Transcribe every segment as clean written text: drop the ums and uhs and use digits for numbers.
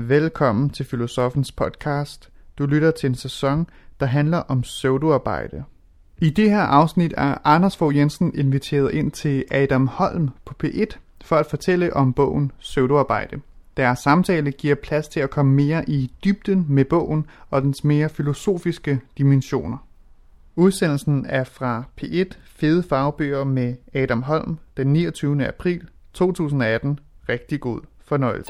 Velkommen til Filosofens podcast. Du lytter til en sæson, der handler om pseudoarbejde. I det her afsnit er Anders Fogh Jensen inviteret ind til Adam Holm på P1 for at fortælle om bogen Pseudoarbejde. Deres samtale giver plads til at komme mere i dybden med bogen og dens mere filosofiske dimensioner. Udsendelsen er fra P1 Fede Fagbøger med Adam Holm den 29. april 2018. Rigtig god fornøjelse.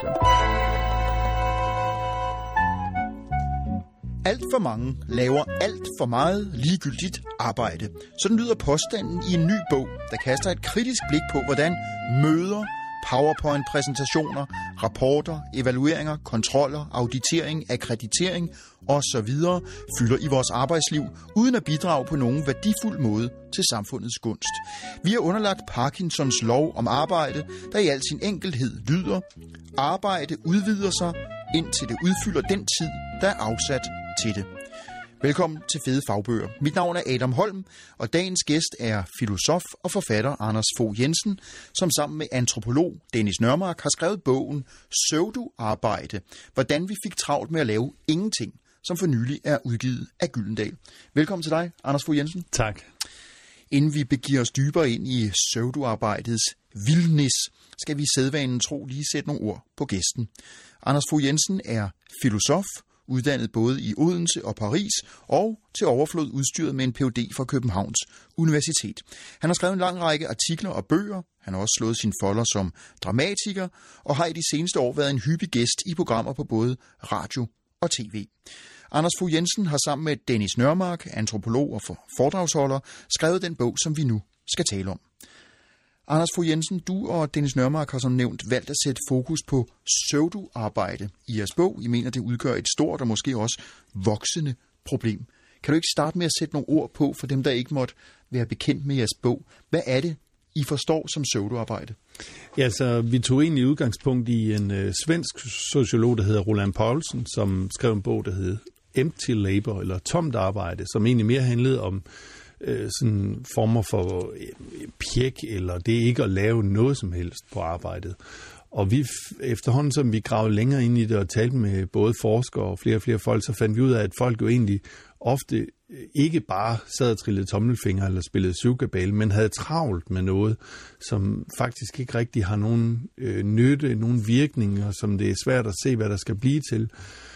Alt for mange laver alt for meget ligegyldigt arbejde. Sådan lyder påstanden i en ny bog, der kaster et kritisk blik på, hvordan møder, PowerPoint-præsentationer, rapporter, evalueringer, kontroller, auditering, akkreditering osv. fylder i vores arbejdsliv, uden at bidrage på nogen værdifuld måde til samfundets gunst. Vi har underlagt Parkinsons lov om arbejde, der i al sin enkelhed lyder: arbejde udvider sig, indtil det udfylder den tid, der er afsat til det. Velkommen til Fede Fagbøger. Mit navn er Adam Holm, og dagens gæst er filosof og forfatter Anders Fogh Jensen, som sammen med antropolog Dennis Nørmark har skrevet bogen Pseudoarbejde, hvordan vi fik travlt med at lave ingenting, som for nylig er udgivet af Gyldendal. Velkommen til dig, Anders Fogh Jensen. Tak. Inden vi begiver os dybere ind i pseudoarbejdets vildnis, skal vi i sædvanen tro lige sætte nogle ord på gæsten. Anders Fogh Jensen er filosof, uddannet både i Odense og Paris, og til overflod udstyret med en Ph.D. fra Københavns Universitet. Han har skrevet en lang række artikler og bøger. Han har også slået sine folder som dramatiker, og har i de seneste år været en hyppig gæst i programmer på både radio og tv. Anders Fogh Jensen har sammen med Dennis Nørmark, antropolog og foredragsholder, skrevet den bog, som vi nu skal tale om. Anders Fogh Jensen, du og Dennis Nørmark har som nævnt valgt at sætte fokus på pseudoarbejde i jeres bog. I mener, det udgør et stort og måske også voksende problem. Kan du ikke starte med at sætte nogle ord på for dem, der ikke måtte være bekendt med jeres bog? Hvad er det, I forstår som pseudoarbejde? Ja, så vi tog egentlig udgangspunkt i en svensk sociolog, der hedder Roland Poulsen, som skrev en bog, der hed Empty Labor, eller tomt arbejde, som egentlig mere handlede om sådan former for pjek, eller det ikke at lave noget som helst på arbejdet. Og vi efterhånden, som vi gravede længere ind i det og talte med både forskere og flere folk, så fandt vi ud af, at folk jo egentlig ofte ikke bare sad og trillede tommelfingre eller spillede syvkabale, men havde travlt med noget, som faktisk ikke rigtig har nogen nytte, nogen virkninger, som det er svært at se, hvad der skal blive til.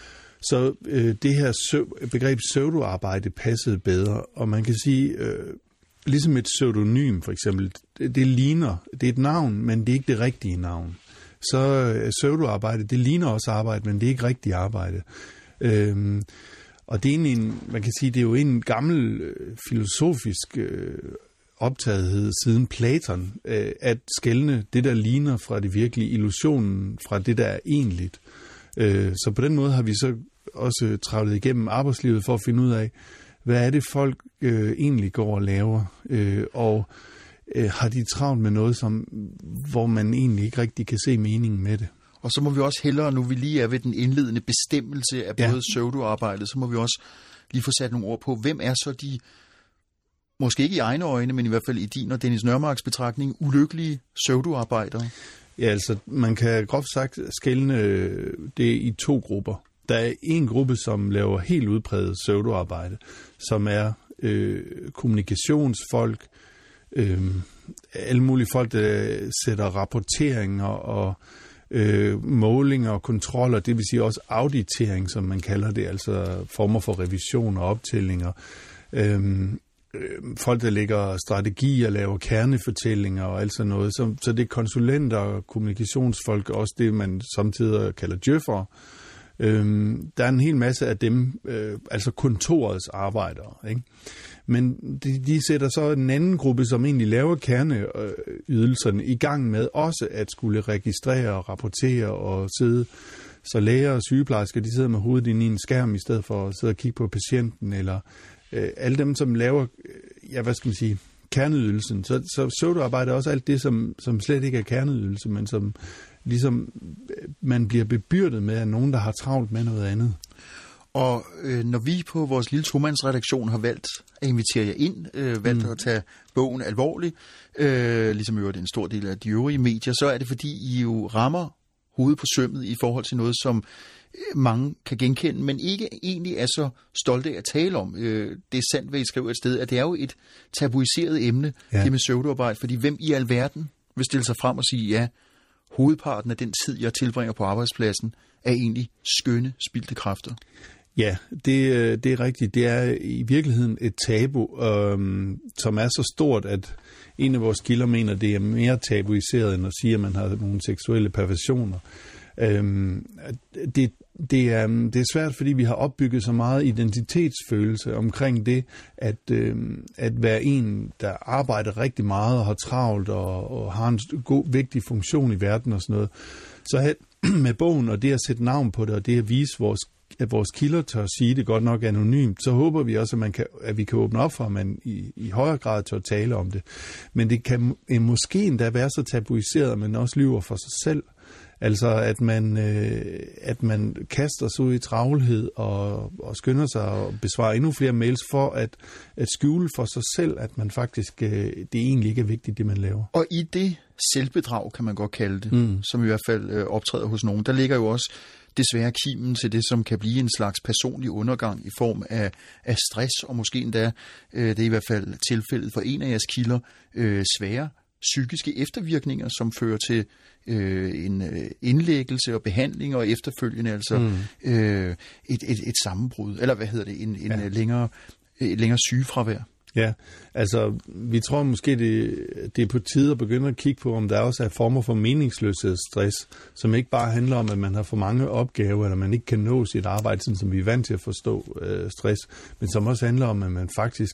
Så det her begreb pseudoarbejde passede bedre, og man kan sige, ligesom et pseudonym for eksempel, det ligner, det er et navn, men det er ikke det rigtige navn. Så pseudoarbejde, det ligner også arbejde, men det er ikke rigtigt arbejde. Og det er egentlig man kan sige, det er jo en gammel filosofisk optagethed siden Platon, at skelne det, der ligner fra det virkelige, illusionen fra det, der er egentligt. Så på den måde har vi så også travlet igennem arbejdslivet for at finde ud af, hvad er det folk egentlig går og laver, og har de travlt med noget, hvor man egentlig ikke rigtig kan se meningen med det. Og så må vi også hellere, nu vi lige er ved den indledende bestemmelse af både pseudoarbejdet, så må vi også lige få sat nogle ord på, hvem er så de, måske ikke i egne øjne, men i hvert fald i din og Dennis Nørmarks betragtning, ulykkelige pseudoarbejdere? Ja, altså man kan groft sagt skelne det i to grupper. Der er en gruppe, som laver helt udpræget pseudoarbejde, som er kommunikationsfolk, alle mulige folk, der sætter rapporteringer og målinger og kontroller, det vil sige også auditering, som man kalder det, altså former for revision og optællinger. Folk, der lægger strategier, laver kernefortællinger og alt sådan noget. Så det er konsulenter og kommunikationsfolk, også det, man samtidig kalder djøffere. Der er en hel masse af dem, altså kontorets arbejdere, ikke? Men de sætter så en anden gruppe, som egentlig laver kerneydelserne, i gang med også at skulle registrere og rapportere og sidde. Så læger og sygeplejersker, de sidder med hovedet inde i en skærm, i stedet for at sidde og kigge på patienten, eller alle dem, som laver, kerneydelsen. Så pseudoarbejde er også alt det, som slet ikke er kerneydelse, men som ligesom man bliver bebyrdet med af nogen, der har travlt med noget andet. Og når vi på vores lille tomandsredaktion har valgt at invitere jer ind, valgt at tage bogen alvorligt, ligesom jo det en stor del af de øvrige medier, så er det fordi I jo rammer hovedet på sømmet i forhold til noget, som mange kan genkende, men ikke egentlig er så stolte af at tale om. Det er sandt, hvad I skriver et sted, at det er jo et tabuiseret emne, det med pseudoarbejde, fordi hvem i alverden vil stille sig frem og sige, ja, hovedparten af den tid, jeg tilbringer på arbejdspladsen, er egentlig skønne spildte kræfter. Ja, det er rigtigt. Det er i virkeligheden et tabu, som er så stort, at en af vores kilder mener, det er mere tabuiseret, end at sige, at man har nogle seksuelle perversioner. Det er svært, fordi vi har opbygget så meget identitetsfølelse omkring det, at være en, der arbejder rigtig meget og har travlt og har en god, vigtig funktion i verden og sådan noget. Så med bogen og det at sætte navn på det, og det at vise at vores kilder tør sige det godt nok anonymt, så håber vi også, at vi kan åbne op for, at man i højere grad tør tale om det. Men det kan måske endda være så tabuiseret, at man også lyver for sig selv. Altså, at man kaster sig ud i travlhed og skynder sig at besvare endnu flere mails for at skjule for sig selv, at man faktisk, det egentlig ikke er vigtigt, det man laver. Og i det selvbedrag, kan man godt kalde det, som i hvert fald optræder hos nogen, der ligger jo også desværre kimen til det, som kan blive en slags personlig undergang i form af stress, og måske endda, det er i hvert fald tilfældet for en af jeres kilder, svære psykiske eftervirkninger, som fører til en indlæggelse og behandling, og efterfølgende altså et sammenbrud, eller hvad hedder det, en længere sygefravær. Ja, altså vi tror måske, det er på tide at begynde at kigge på, om der også er former for meningsløshedsstress, som ikke bare handler om, at man har for mange opgaver, eller man ikke kan nå sit arbejde, sådan som vi er vant til at forstå stress, men som også handler om, at man faktisk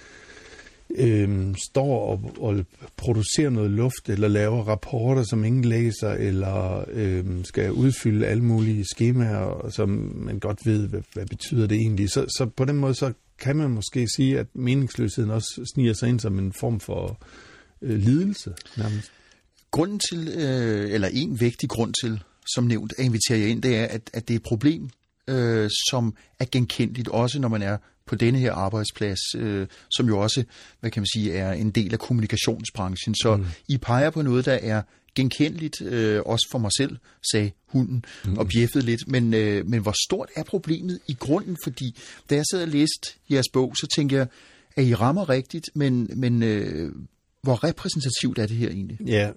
står og producerer noget luft, eller laver rapporter, som ingen læser, eller skal udfylde alle mulige skemaer, som man godt ved, hvad betyder det egentlig. Så på den måde, så kan man måske sige, at meningsløsheden også sniger sig ind som en form for lidelse, nærmest. Grunden til, eller en vigtig grund til, som nævnt, at invitere jer ind, det er, at det er et problem, som er genkendeligt, også når man er på denne her arbejdsplads, som jo også, hvad kan man sige, er en del af kommunikationsbranchen. Så I peger på noget, der er genkendeligt, også for mig selv, sagde hunden og bjeffede lidt. Men hvor stort er problemet i grunden? Fordi da jeg sad og læste jeres bog, så tænkte jeg, at I rammer rigtigt, men hvor repræsentativt er det her egentlig? Ja,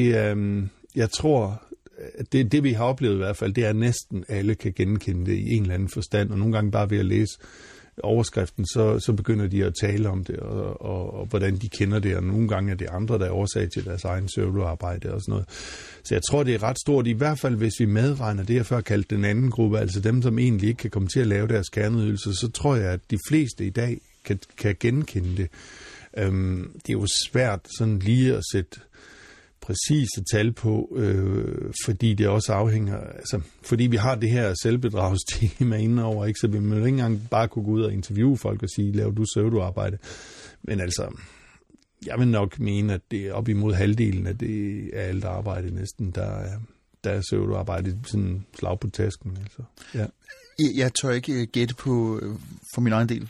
jeg tror, at det vi har oplevet i hvert fald, det er, at næsten alle kan genkende det i en eller anden forstand, og nogle gange bare ved at læse overskriften, så begynder de at tale om det, og hvordan de kender det, og nogle gange er det andre, der er årsag til deres egen pseudoarbejde og sådan noget. Så jeg tror, det er ret stort, i hvert fald hvis vi medregner det, jeg før kaldte den anden gruppe, altså dem, som egentlig ikke kan komme til at lave deres kerneydelse, så tror jeg, at de fleste i dag kan genkende det. Det er jo svært sådan lige at sætte præcise tal på, fordi det også afhænger, altså fordi vi har det her selvbedragstema indenover, ikke, så vi må ikke engang bare kunne gå ud og interviewe folk og sige, laver du pseudoarbejde? Men altså, jeg vil nok mene, at det er op imod halvdelen af det af alt arbejde næsten, der er pseudoarbejde, sådan slag på tasken. Altså. Ja. Jeg tør ikke gætte på, for min egen del,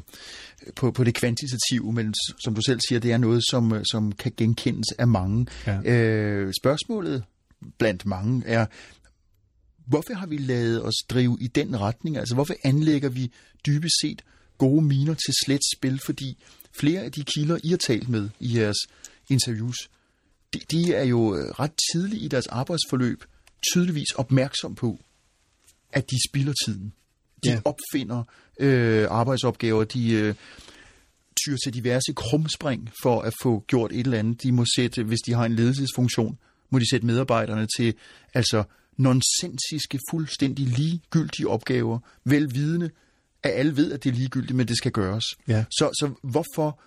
på det kvantitative, men som du selv siger, det er noget, som kan genkendes af mange. Ja. Spørgsmålet blandt mange er, hvorfor har vi ladet os drive i den retning? Altså, hvorfor anlægger vi dybest set gode miner til slet spil? Fordi flere af de kilder, I har talt med i jeres interviews, de er jo ret tidligt i deres arbejdsforløb tydeligvis opmærksom på, at de spilder tiden. De opfinder arbejdsopgaver, de tyr til diverse krumspring for at få gjort et eller andet. De må sætte, hvis de har en ledelsesfunktion, må de sætte medarbejderne til altså nonsensiske, fuldstændig ligegyldige opgaver, velvidende, at alle ved, at det er ligegyldigt, men det skal gøres. Ja. Så hvorfor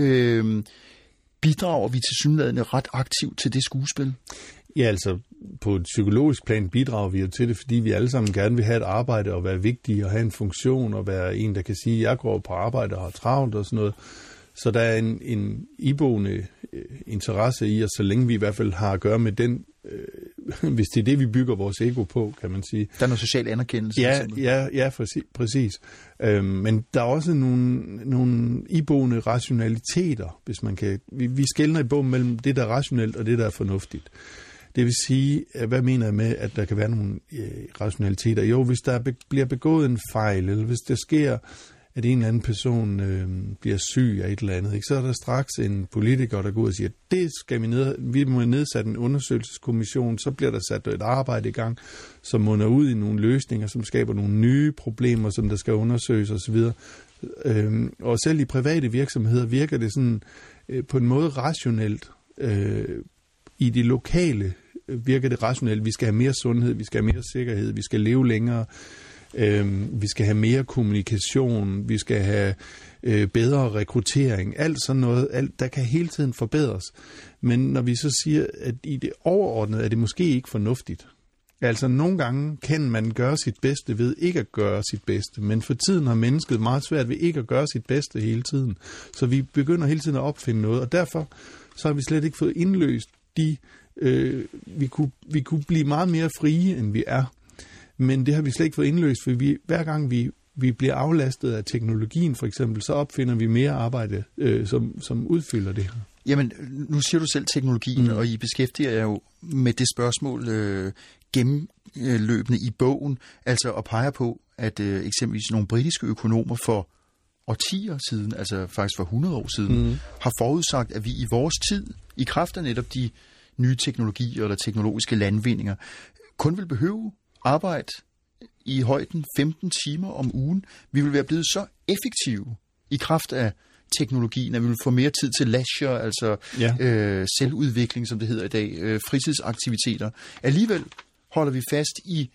bidrager vi tilsyneladende ret aktivt til det skuespil? Ja, altså på et psykologisk plan bidrager vi jo til det, fordi vi alle sammen gerne vil have et arbejde og være vigtige og have en funktion og være en, der kan sige, at jeg går på arbejde og har travlt og sådan noget. Så der er en iboende interesse i os, så længe vi i hvert fald har at gøre med den, hvis det er det, vi bygger vores ego på, kan man sige. Der er noget social anerkendelse. Ja, præcis. Men der er også nogle iboende rationaliteter, hvis man kan. Vi skelner i bogen mellem det, der er rationelt og det, der er fornuftigt. Det vil sige, hvad mener jeg med, at der kan være nogle rationaliteter? Jo, hvis der bliver begået en fejl, eller hvis der sker, at en eller anden person bliver syg af et eller andet, ikke? Så er der straks en politiker, der går ud og siger, det skal vi må nedsætte en undersøgelseskommission, så bliver der sat et arbejde i gang, som munder ud i nogle løsninger, som skaber nogle nye problemer, som der skal undersøges osv. Og selv i private virksomheder virker det sådan på en måde rationelt. I det lokale virker det rationelt. Vi skal have mere sundhed, vi skal have mere sikkerhed, vi skal leve længere, vi skal have mere kommunikation, vi skal have bedre rekruttering, alt sådan noget, alt, der kan hele tiden forbedres. Men når vi så siger, at i det overordnede er det måske ikke fornuftigt. Altså nogle gange kan man gøre sit bedste ved ikke at gøre sit bedste, men for tiden har mennesket meget svært ved ikke at gøre sit bedste hele tiden. Så vi begynder hele tiden at opfinde noget, og derfor så har vi slet ikke fået indløst vi kunne blive meget mere frie, end vi er. Men det har vi slet ikke fået indløst, for hver gang vi bliver aflastet af teknologien for eksempel, så opfinder vi mere arbejde, som udfylder det her. Jamen, nu siger du selv teknologien, og I beskæftiger jer jo med det spørgsmål gennemløbende i bogen, altså og peger på, at eksempelvis nogle britiske økonomer for årtier siden, altså faktisk for 100 år siden, har forudsagt, at vi i vores tid, i kraft af netop de nye teknologier eller teknologiske landvindinger, kun vil behøve arbejde i højden 15 timer om ugen. Vi vil være blevet så effektive i kraft af teknologien, at vi vil få mere tid til leisure, altså selvudvikling, som det hedder i dag, fritidsaktiviteter. Alligevel holder vi fast i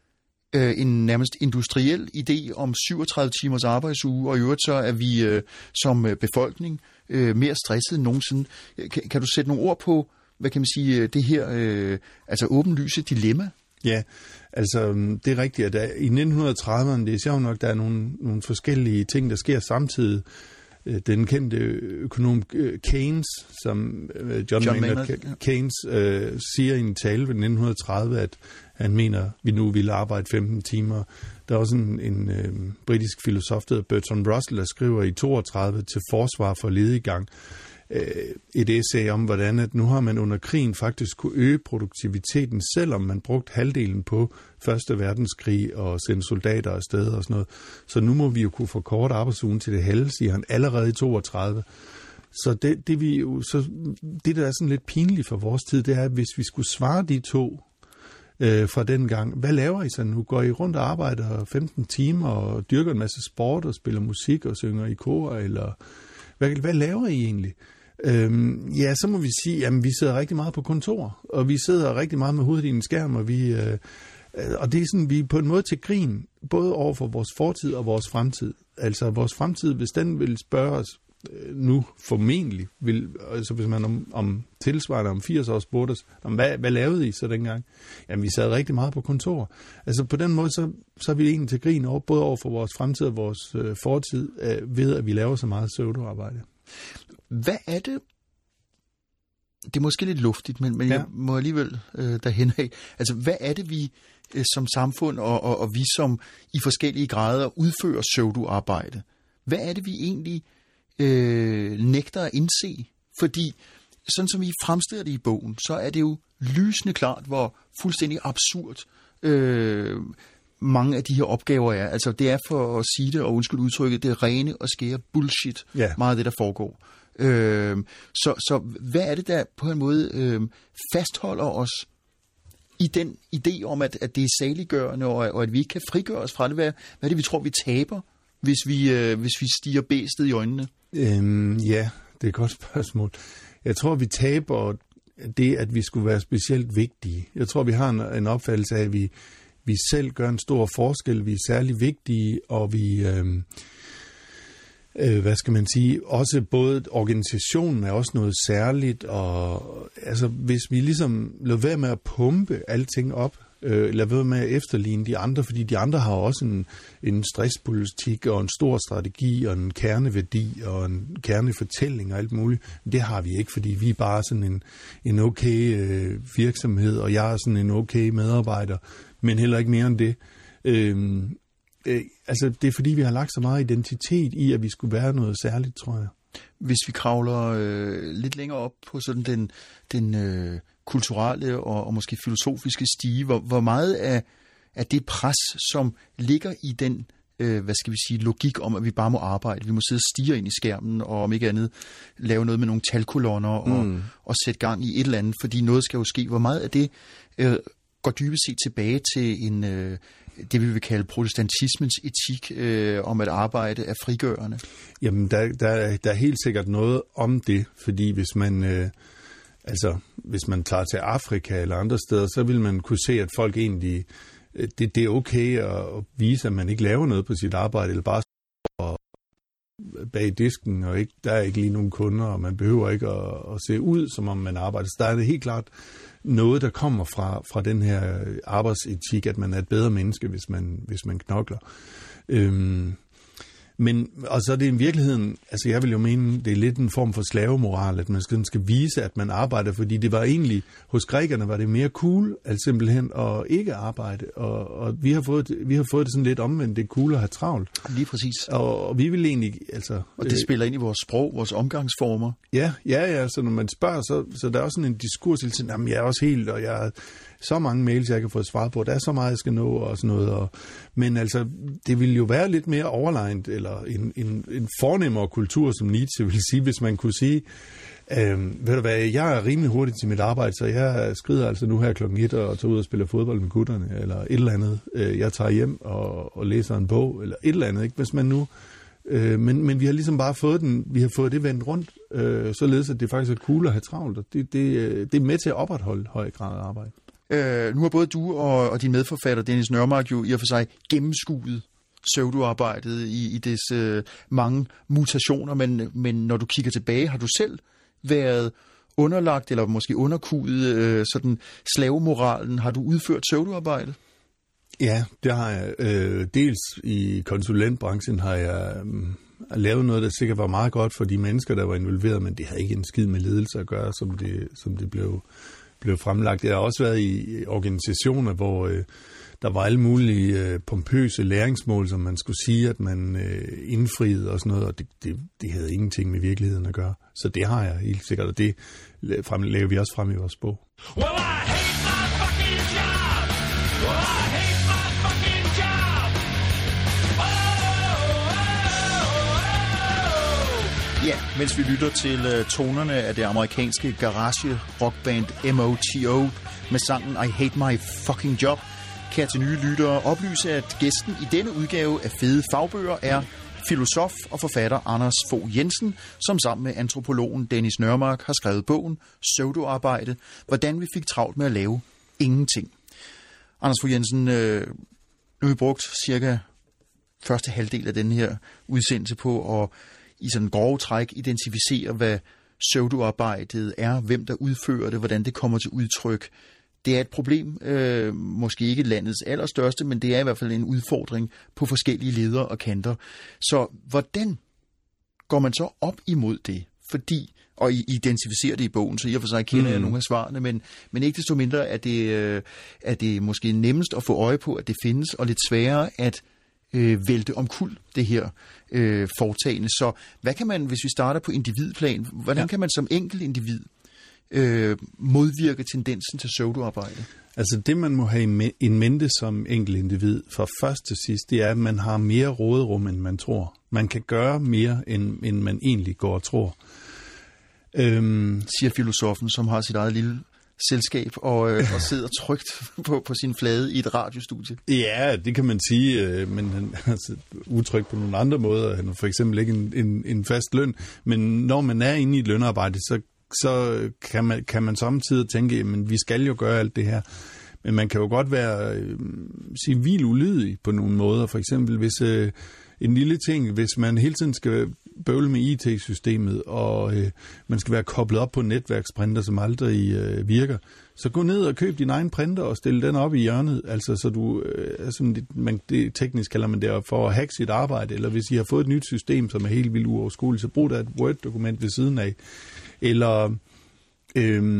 en nærmest industriel idé om 37 timers arbejdsuge, og i øvrigt så er vi som befolkning mere stresset end nogensinde. Kan du sætte nogle ord på, hvad kan man sige, det her altså åbenlyse dilemma? Ja, altså det er rigtigt, at i 1930'erne, det er sjovt nok, der er nogle forskellige ting, der sker samtidig. Den kendte økonom Keynes, som John Maynard Keynes siger i en tale ved 1930, at han mener, vi nu vil arbejde 15 timer. Der er også en britisk filosof, der hedder Bertrand Russell, der skriver i 32 til forsvar for lediggang et essay om, hvordan at nu har man under krigen faktisk kunne øge produktiviteten, selvom man brugte halvdelen på Første Verdenskrig og sende soldater afsted og sådan noget. Så nu må vi jo kunne forkorte arbejdsugen til det halve, siger han, allerede i 32. Så det der er sådan lidt pinligt for vores tid, det er, at hvis vi skulle svare de to fra den gang, hvad laver I så nu? Går I rundt og arbejder 15 timer og dyrker en masse sport og spiller musik og synger i kor, eller hvad laver I egentlig? Ja, så må vi sige, at vi sidder rigtig meget på kontor, og vi sidder rigtig meget med hovedet i en skærm, og det er sådan, vi er på en måde til grin, både over for vores fortid og vores fremtid. Altså vores fremtid, hvis den vil spørge os nu formentlig, altså hvis man om tilsvarende om 80 år spurgte os, hvad lavede I så dengang? Jamen, vi sad rigtig meget på kontor. Altså på den måde, så er vi egentlig til grin over, både over for vores fremtid og vores fortid, ved at vi laver så meget pseudoarbejde. Hvad er det? Det er måske lidt luftigt, men jeg må alligevel derhen af. Altså, hvad er det, vi som samfund og vi som i forskellige grader udfører pseudoarbejde? Hvad er det, vi egentlig nægter at indse? Fordi, sådan som vi fremstiller det i bogen, så er det jo lysende klart, hvor fuldstændig absurd mange af de her opgaver er. Altså, det er for at sige det, og undskyld udtrykket, det er rene og skære bullshit, meget af det, der foregår. Så hvad er det, der på en måde fastholder os i den idé om, at det er saliggørende, og at vi ikke kan frigøre os fra det? Hvad er det, vi tror, vi taber, hvis vi stiger bæstet i øjnene? Ja, det er et godt spørgsmål. Jeg tror, vi taber det, at vi skulle være specielt vigtige. Jeg tror, vi har en opfattelse af, at vi selv gør en stor forskel, vi er særlig vigtige, og vi, hvad skal man sige, også både organisationen er også noget særligt, og altså hvis vi ligesom lader være med at pumpe alting op, lader være med at efterligne de andre, fordi de andre har også en stresspolitik og en stor strategi og en kerneværdi og en kernefortælling og alt muligt. Det har vi ikke, fordi vi er bare sådan en okay virksomhed, og jeg er sådan en okay medarbejder, men heller ikke mere end det. Altså, det er fordi, vi har lagt så meget identitet i, at vi skulle være noget særligt, tror jeg. Hvis vi kravler lidt længere op på sådan den kulturelle og måske filosofiske stige, hvor meget af det pres, som ligger i den logik om, at vi bare må arbejde. Vi må sidde og stirre ind i skærmen, og om ikke andet lave noget med nogle talkolonner og sætte gang i et eller andet, fordi noget skal jo ske. Hvor meget af det går dybest set tilbage til det, vi vil kalde protestantismens etik om at arbejde er frigørende? Jamen, der er helt sikkert noget om det, fordi hvis man tager til Afrika eller andre steder, så vil man kunne se, at folk egentlig det er okay at vise, at man ikke laver noget på sit arbejde, eller bare bag disken, og der er ikke lige nogen kunder, og man behøver ikke at se ud, som om man arbejder. Så der er det helt klart noget, der kommer fra den her arbejdsetik, at man er et bedre menneske, hvis man knokler. Og så er det i virkeligheden, altså jeg vil jo mene, det er lidt en form for slavemoral, at man skal vise, at man arbejder, fordi det var egentlig, hos grækerne var det mere cool, altså simpelthen at ikke arbejde, og vi har fået det sådan lidt omvendt, det er cool at have travlt. Lige præcis. Og vi vil egentlig, altså... Og det spiller ind i vores sprog, vores omgangsformer. Ja, så når man spørger, så der er også sådan en diskurs til, jamen jeg er også helt, og jeg er så mange mails, jeg kan få svaret på, der er så meget, jeg skal nå, og sådan noget. Men altså, det ville jo være lidt mere overlegnet, eller en fornemmere kultur, som Nietzsche vil sige, hvis man kunne sige, ved du hvad, jeg er rimelig hurtig til mit arbejde, så jeg skrider altså nu her 1:00 og tager ud og spiller fodbold med gutterne, eller et eller andet. Jeg tager hjem og læser en bog, eller et eller andet, ikke? Hvis man nu... Men vi har ligesom bare fået det vendt rundt, således at det faktisk er cool at have travlt, og det er med til at opretholde høj grad af arbejde. Nu har både du og din medforfatter, Dennis Nørmark, jo i og for sig gennemskuet pseudoarbejdet i dets mange mutationer, men når du kigger tilbage, har du selv været underlagt, eller måske underkuet sådan slavemoralen? Har du udført pseudoarbejde? Ja, det har jeg. Dels i konsulentbranchen har jeg lavet noget, der sikkert var meget godt for de mennesker, der var involveret, men det havde ikke en skid med ledelse at gøre, som det blev fremlagt. Jeg har også været i organisationer, hvor der var alle mulige pompøse læringsmål, som man skulle sige, at man indfriede og sådan noget, og det havde ingenting med virkeligheden at gøre. Så det har jeg helt sikkert, og det lægger vi også frem i vores bog. Well, I hate my fucking job! Well, I hate my fucking job! Ja, mens vi lytter til tonerne af det amerikanske garage-rockband MOTO med sangen I Hate My Fucking Job, kan jeg til nye lyttere oplyse, at gæsten i denne udgave af Fede Fagbøger er filosof og forfatter Anders Fogh Jensen, som sammen med antropologen Dennis Nørmark har skrevet bogen Pseudoarbejde, hvordan vi fik travlt med at lave ingenting. Anders Fogh Jensen, nu har vi brugt cirka første halvdel af den her udsendelse på at i sådan grove træk identificere, hvad pseudoarbejdet er, hvem der udfører det, hvordan det kommer til udtryk. Det er et problem, måske ikke landets allerstørste, men det er i hvert fald en udfordring på forskellige ledder og kanter. Så hvordan går man så op imod det? Fordi, og I identificerer det i bogen, så i og for sig kender jeg nogle af svarene, men ikke desto mindre er det måske nemmest at få øje på, at det findes, og lidt sværere at vælte omkuld det her foretagende. Så hvad kan man, hvis vi starter på individplan, hvordan kan man som enkelt individ modvirke tendensen til pseudoarbejde? Altså det, man må have i mente som enkelt individ fra først til sidst, det er, at man har mere råderum, end man tror. Man kan gøre mere, end man egentlig går og tror. Siger filosofen, som har sit eget lille selskab og sidder trygt på sin flade i et radiostudie. Ja, det kan man sige, men han er altså utrygt på nogle andre måder. Han har for eksempel ikke en fast løn, men når man er inde i et lønarbejde, så kan man samtidig tænke, men vi skal jo gøre alt det her. Men man kan jo godt være civil ulydig på nogle måder. For eksempel hvis en lille ting, hvis man hele tiden skal bøvle med IT-systemet, og man skal være koblet op på netværksprinter, som aldrig virker, så gå ned og køb din egen printer og stille den op i hjørnet. Altså, så du, det teknisk kalder man det for at hacke sit arbejde, eller hvis I har fået et nyt system, som er helt vildt uoverskueligt, så brug da et Word-dokument ved siden af. Eller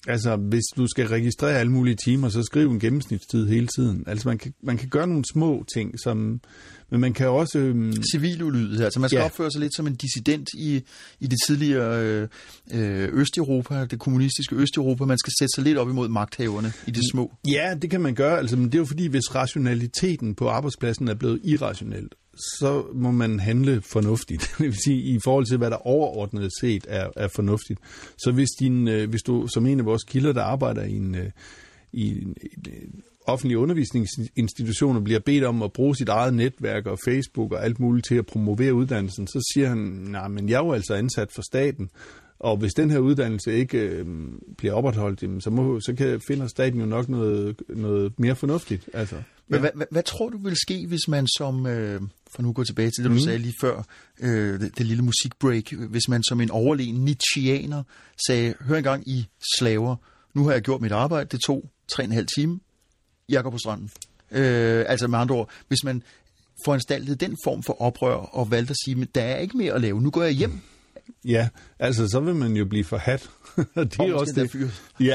Altså, hvis du skal registrere alle mulige timer, så skriv en gennemsnitstid hele tiden. Altså, man kan gøre nogle små ting, men man kan også... Civilulydighed, altså man skal opføre sig lidt som en dissident i det tidligere Østeuropa, det kommunistiske Østeuropa. Man skal sætte sig lidt op imod magthaverne i det små. Ja, det kan man gøre, altså, men det er jo fordi, hvis rationaliteten på arbejdspladsen er blevet irrationelt, så må man handle fornuftigt. Det vil sige, i forhold til, hvad der overordnet set er fornuftigt. Så hvis du, som en af vores kilder, der arbejder i en offentlig undervisningsinstitutioner, bliver bedt om at bruge sit eget netværk og Facebook og alt muligt til at promovere uddannelsen, så siger han, nej, men jeg er jo altså ansat for staten, og hvis den her uddannelse ikke bliver opretholdt, så finder staten jo nok noget mere fornuftigt. Altså. Men hvad tror du vil ske, hvis man som, for nu at gå tilbage til det, du sagde lige før, det lille musikbreak, hvis man som en overlegen Nietzscheaner sagde, hør engang I slaver, nu har jeg gjort mit arbejde, det tog 3,5 timer, jeg går på stranden. Altså med andre ord, hvis man foranstaltede den form for oprør og valgte at sige, men der er ikke mere at lave, nu går jeg hjem. Ja, altså så vil man jo blive forhat. Det er også det.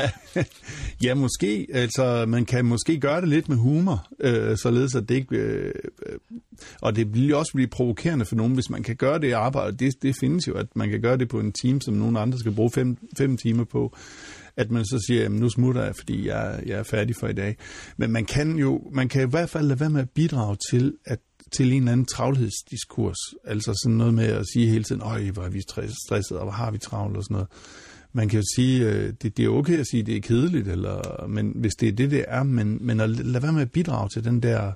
Ja, måske. Altså man kan måske gøre det lidt med humor, således at det ikke... og det bliver også blive provokerende for nogen, hvis man kan gøre det arbejde. Det findes jo, at man kan gøre det på en time, som nogen andre skal bruge 5 timer på. At man så siger, jamen nu smutter jeg, fordi jeg er færdig for i dag. Men man kan i hvert fald lade være med at bidrage til en eller anden travlhedsdiskurs. Altså sådan noget med at sige hele tiden, hvor er vi stresset, og hvor har vi travlt og sådan noget. Man kan jo sige, det er okay at sige, at det er kedeligt, men hvis det er det er, men at lade være med at bidrage til den der...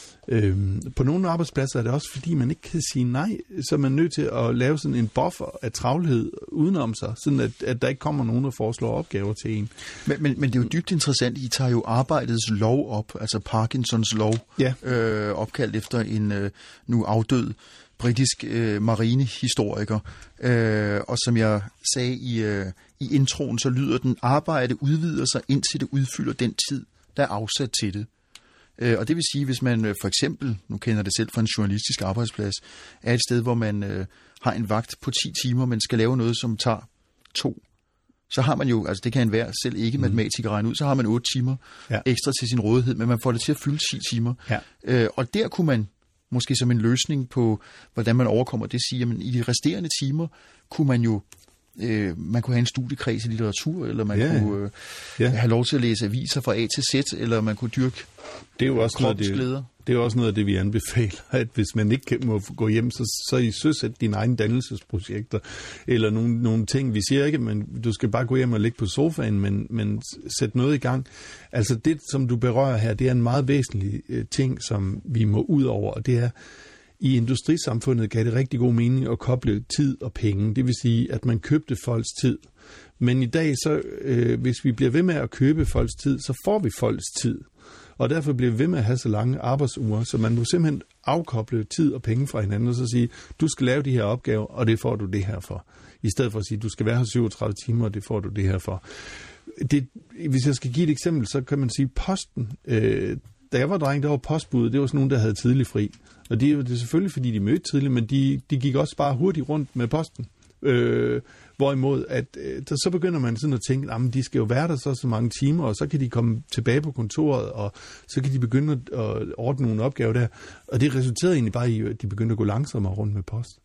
på nogle arbejdspladser er det også, fordi man ikke kan sige nej, så er man nødt til at lave sådan en buffer af travlhed udenom sig, sådan at der ikke kommer nogen, der foreslår opgaver til en. Men det er jo dybt interessant, I tager jo arbejdets lov op, altså Parkinsons lov, opkaldt efter en nu afdød britisk marinehistoriker, og som jeg sagde i introen, så lyder den, arbejde udvider sig, indtil det udfylder den tid, der er afsat til det. Og det vil sige, hvis man for eksempel, nu kender det selv fra en journalistisk arbejdsplads, er et sted, hvor man har en vagt på 10 timer, men skal lave noget, som tager 2, så har man jo, altså det kan enhver selv ikke matematikere regne ud, så har man 8 timer ekstra til sin rådighed, men man får det til at fylde 10 timer. Ja. Og der kunne man måske som en løsning på, hvordan man overkommer det, sige, at i de resterende timer kunne man jo man kunne have en studiekreds i litteratur, eller man kunne have lov til at læse aviser fra A til Z, eller man kunne dyrke kropsglæder. Det er jo også noget af det, vi anbefaler, at hvis man ikke må gå hjem, så I søsæt dine egne dannelsesprojekter, eller nogle ting. Vi siger ikke, at du skal bare gå hjem og ligge på sofaen, men sæt noget i gang. Altså det, som du berører her, det er en meget væsentlig ting, som vi må ud over, og det er, i industrisamfundet gav det rigtig god mening at koble tid og penge. Det vil sige, at man købte folks tid. Men i dag, så hvis vi bliver ved med at købe folks tid, så får vi folks tid. Og derfor bliver vi ved med at have så lange arbejdsuger, så man må simpelthen afkoble tid og penge fra hinanden, og så sige, du skal lave de her opgaver, og det får du det her for. I stedet for at sige, du skal være her 37 timer, og det får du det her for. Hvis jeg skal give et eksempel, så kan man sige, posten... Da jeg var dreng, der var postbuddet, det var sådan nogen, der havde tidlig fri. Og det er selvfølgelig, fordi de mødte tidligt, men de gik også bare hurtigt rundt med posten. Hvorimod, at så begynder man sådan at tænke, at de skal jo være der så mange timer, og så kan de komme tilbage på kontoret, og så kan de begynde at ordne nogle opgaver der. Og det resulterede egentlig bare i, at de begyndte at gå langsommere rundt med post.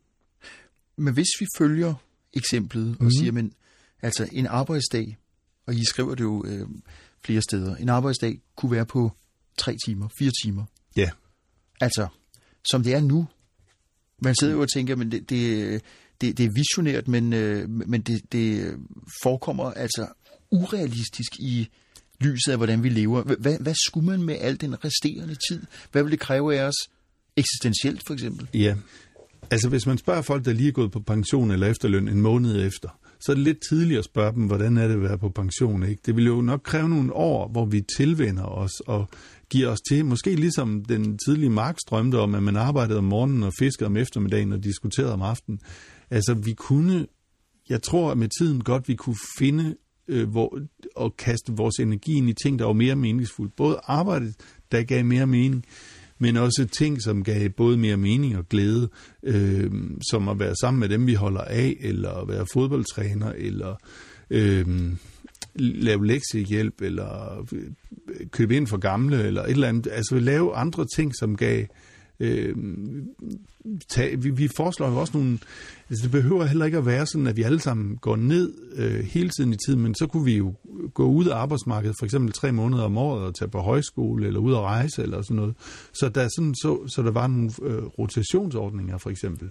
Men hvis vi følger eksemplet og siger, men altså en arbejdsdag, og I skriver det jo flere steder, en arbejdsdag kunne være på 3 timer, 4 timer. Ja. Yeah. Altså, som det er nu. Man sidder jo og tænker, men det er visionært, men det forekommer altså urealistisk i lyset af, hvordan vi lever. Hvad skulle man med al den resterende tid? Hvad vil det kræve af os eksistentielt, for eksempel? Ja, altså hvis man spørger folk, der lige er gået på pension eller efterløn en måned efter, så er det lidt tidligt at spørge dem, hvordan er det at være på pension, ikke? Det vil jo nok kræve nogle år, hvor vi tilvender os og giver os til, måske ligesom den tidlige Marx drømte om, at man arbejdede om morgenen og fiskede om eftermiddagen og diskuterede om aftenen. Altså jeg tror at med tiden godt, vi kunne finde og kaste vores energi ind i ting, der var mere meningsfulde. Både arbejdet, der gav mere mening, men også ting, som gav både mere mening og glæde, som at være sammen med dem, vi holder af, eller at være fodboldtræner, eller lave lektiehjælp, eller købe ind for gamle, eller et eller andet. Altså lave andre ting, som gav... Vi foreslår jo også nogle... Altså det behøver heller ikke at være sådan, at vi alle sammen går ned hele tiden i tiden, men så kunne vi jo gå ud af arbejdsmarkedet, for eksempel 3 måneder om året, og tage på højskole, eller ud at rejse, eller sådan noget. Så der, så der var nogle rotationsordninger, for eksempel.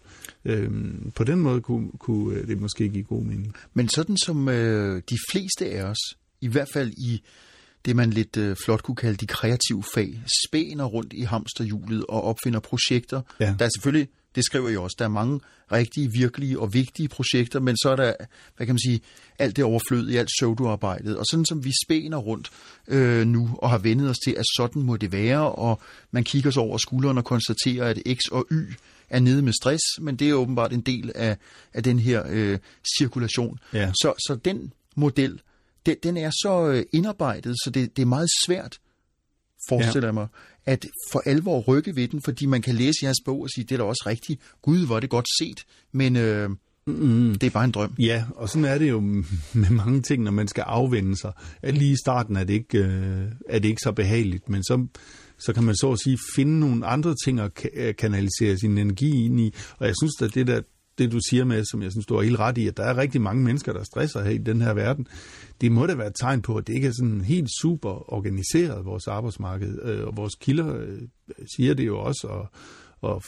På den måde kunne det måske give god mening. Men sådan som de fleste af os, i hvert fald i det, man lidt flot kunne kalde de kreative fag, spæner rundt i hamsterhjulet og opfinder projekter. Ja. Der er selvfølgelig, det skriver jeg også, der er mange rigtige, virkelige og vigtige projekter, men så er der, hvad kan man sige, alt det overflødige, alt pseudoarbejdet. Og sådan som vi spæner rundt nu og har vendet os til, at sådan må det være, og man kigger sig over skulderen og konstaterer, at X og Y er nede med stress, men det er åbenbart en del af den her cirkulation. Ja. Så den model, den er så indarbejdet, så det er meget svært, forestiller jeg mig, at for alvor rykke ved den, fordi man kan læse jeres bog og sige, det er da også rigtigt. Gud, hvor er det godt set, men det er bare en drøm. Ja, og sådan er det jo med mange ting, når man skal afvende sig. At lige i starten er det ikke så behageligt, men så kan man så at sige finde nogle andre ting at kanalisere sin energi ind i. Og jeg synes, at det du siger med, som jeg synes, du har helt ret i, at der er rigtig mange mennesker, der stresser her i den her verden. Det må da være et tegn på, at det ikke er sådan helt super organiseret, vores arbejdsmarked. Og vores kilder siger det jo også, og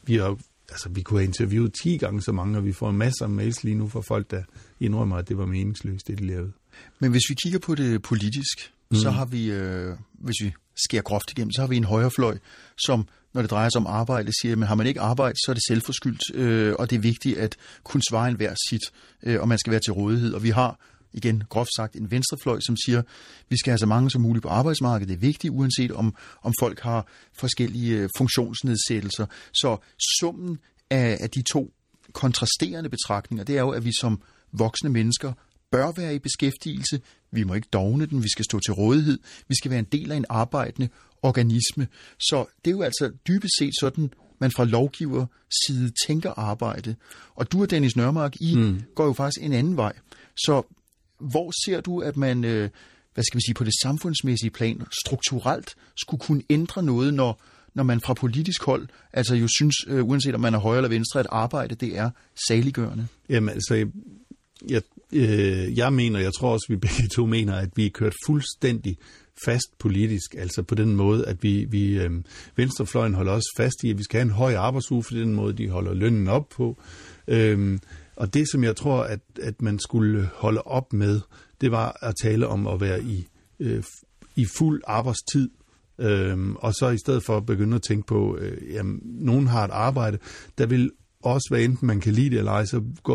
vi kunne have interviewet 10 gange så mange, og vi får en masse af mails lige nu fra folk, der indrømmer, at det var meningsløst, det de lavede. Men hvis vi kigger på det politisk, så har vi, hvis vi skærer groft igennem, så har vi en højrefløj, som, når det drejer sig om arbejde, siger, at har man ikke arbejde, så er det selvforskyldt, og det er vigtigt at kunne svare enhver sit, og man skal være til rådighed. Og vi har, igen groft sagt, en venstrefløj, som siger, at vi skal have så mange som muligt på arbejdsmarkedet. Det er vigtigt, uanset om folk har forskellige funktionsnedsættelser. Så summen af de to kontrasterende betragtninger, det er jo, at vi som voksne mennesker bør være i beskæftigelse. Vi må ikke dogne den, vi skal stå til rådighed. Vi skal være en del af en arbejdende organisme. Så det er jo altså dybest set sådan, man fra lovgiver side tænker arbejde. Og du og Dennis Nørmark, I går jo faktisk en anden vej. Så hvor ser du, at man, hvad skal man sige, på det samfundsmæssige plan strukturelt skulle kunne ændre noget, når man fra politisk hold altså jo synes, uanset om man er højre eller venstre, at arbejde det er saliggørende? Jamen altså, jeg mener, jeg tror også, vi begge to mener, at vi er kørt fuldstændig fast politisk, altså på den måde, at vi venstrefløjen holder også fast i, at vi skal have en høj arbejdsuge, for den måde, de holder lønnen op på. Og det, som jeg tror, at man skulle holde op med, det var at tale om at være i fuld arbejdstid, og så i stedet for at begynde at tænke på, jamen, nogen har et arbejde, der vil også være enten man kan lide det eller ej,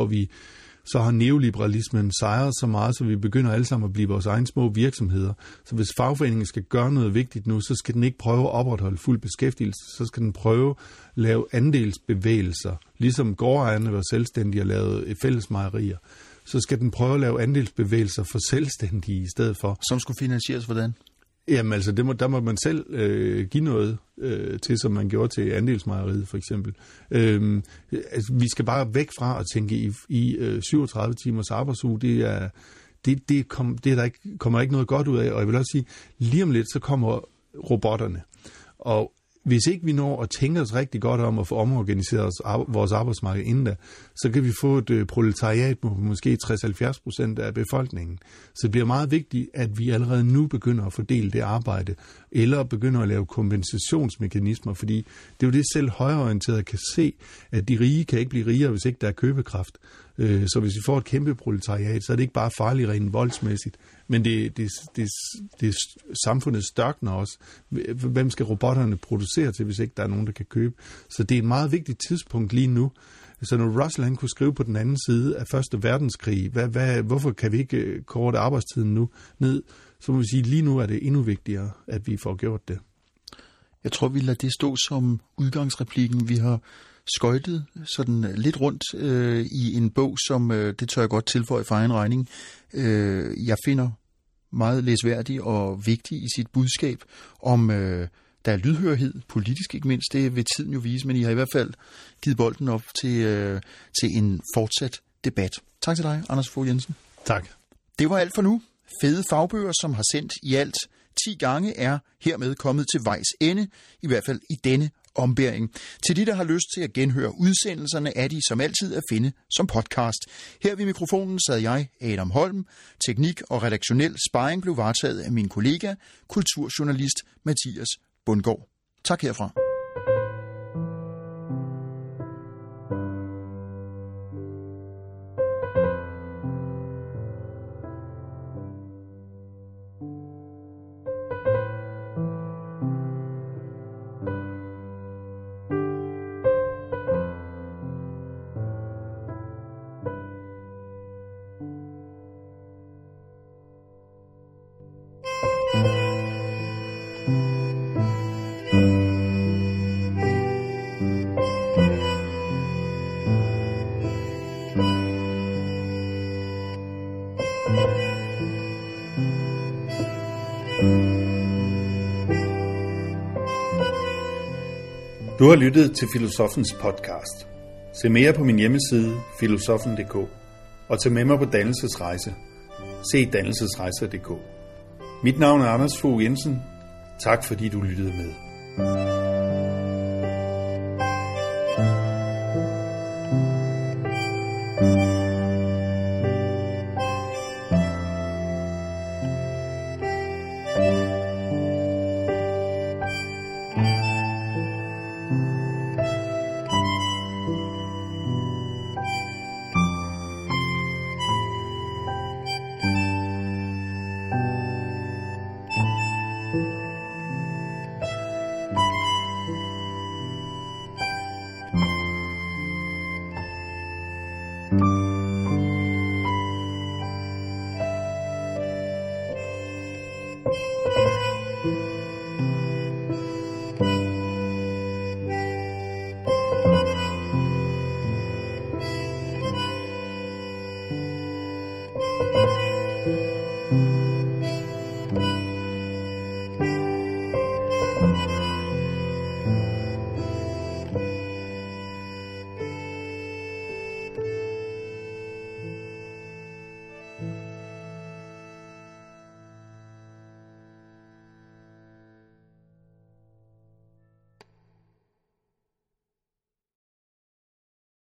så har neoliberalismen sejret så meget, så vi begynder alle sammen at blive vores egne små virksomheder. Så hvis fagforeningen skal gøre noget vigtigt nu, så skal den ikke prøve at opretholde fuld beskæftigelse, så skal den prøve at lave andelsbevægelser. Ligesom gårdejerne var selvstændige og lavede fællesmejerier, så skal den prøve at lave andelsbevægelser for selvstændige i stedet for. Som skulle finansieres hvordan? Jamen altså, der må man selv give noget til, som man gjorde til andelsmejeriet for eksempel. Altså, vi skal bare væk fra at tænke i 37 timers arbejdsuge. Det kommer ikke noget godt ud af, og jeg vil også sige, lige om lidt, så kommer robotterne. Og hvis ikke vi når at tænke os rigtig godt om at få omorganiseret vores arbejdsmarked inden da, så kan vi få et proletariat på måske 60-70% af befolkningen. Så det bliver meget vigtigt, at vi allerede nu begynder at fordele det arbejde, eller begynder at lave kompensationsmekanismer, fordi det er jo det selv højreorienterede kan se, at de rige kan ikke blive rigere, hvis ikke der er købekraft. Så hvis vi får et kæmpe proletariat, så er det ikke bare farligt rent voldsmæssigt, men det samfundet størkner også. Hvem skal robotterne producere til, hvis ikke der er nogen, der kan købe? Så det er et meget vigtigt tidspunkt lige nu. Så når Russell han kunne skrive på den anden side af Første Verdenskrig, hvorfor kan vi ikke korte arbejdstiden nu ned? Så må vi sige, lige nu er det endnu vigtigere, at vi får gjort det. Jeg tror, vi lader det stå som udgangsreplikken. Vi har skøjtet sådan lidt rundt i en bog, som, det tør jeg godt tilføje for egen regning, jeg finder meget læsværdig og vigtig i sit budskab om, der er lydhørhed, politisk ikke mindst, det vil tiden jo vise, men I har i hvert fald givet bolden op til en fortsat debat. Tak til dig, Anders Fogh Jensen. Tak. Det var alt for nu. fede fagbøger, som har sendt i alt 10 gange, er hermed kommet til vejs ende, i hvert fald i denne ombæring. Til de, der har lyst til at genhøre udsendelserne, er de som altid at finde som podcast. Her ved mikrofonen sad jeg, Adam Holm. Teknik og redaktionel sparring blev varetaget af min kollega, kulturjournalist Mathias Bundgaard. Tak herfra. Du har lyttet til Filosofens podcast. Se mere på min hjemmeside filosofen.dk og tag med mig på dannelsesrejse. Se dannelsesrejser.dk. Mit navn er Anders Fogh Jensen. Tak fordi du lyttede med.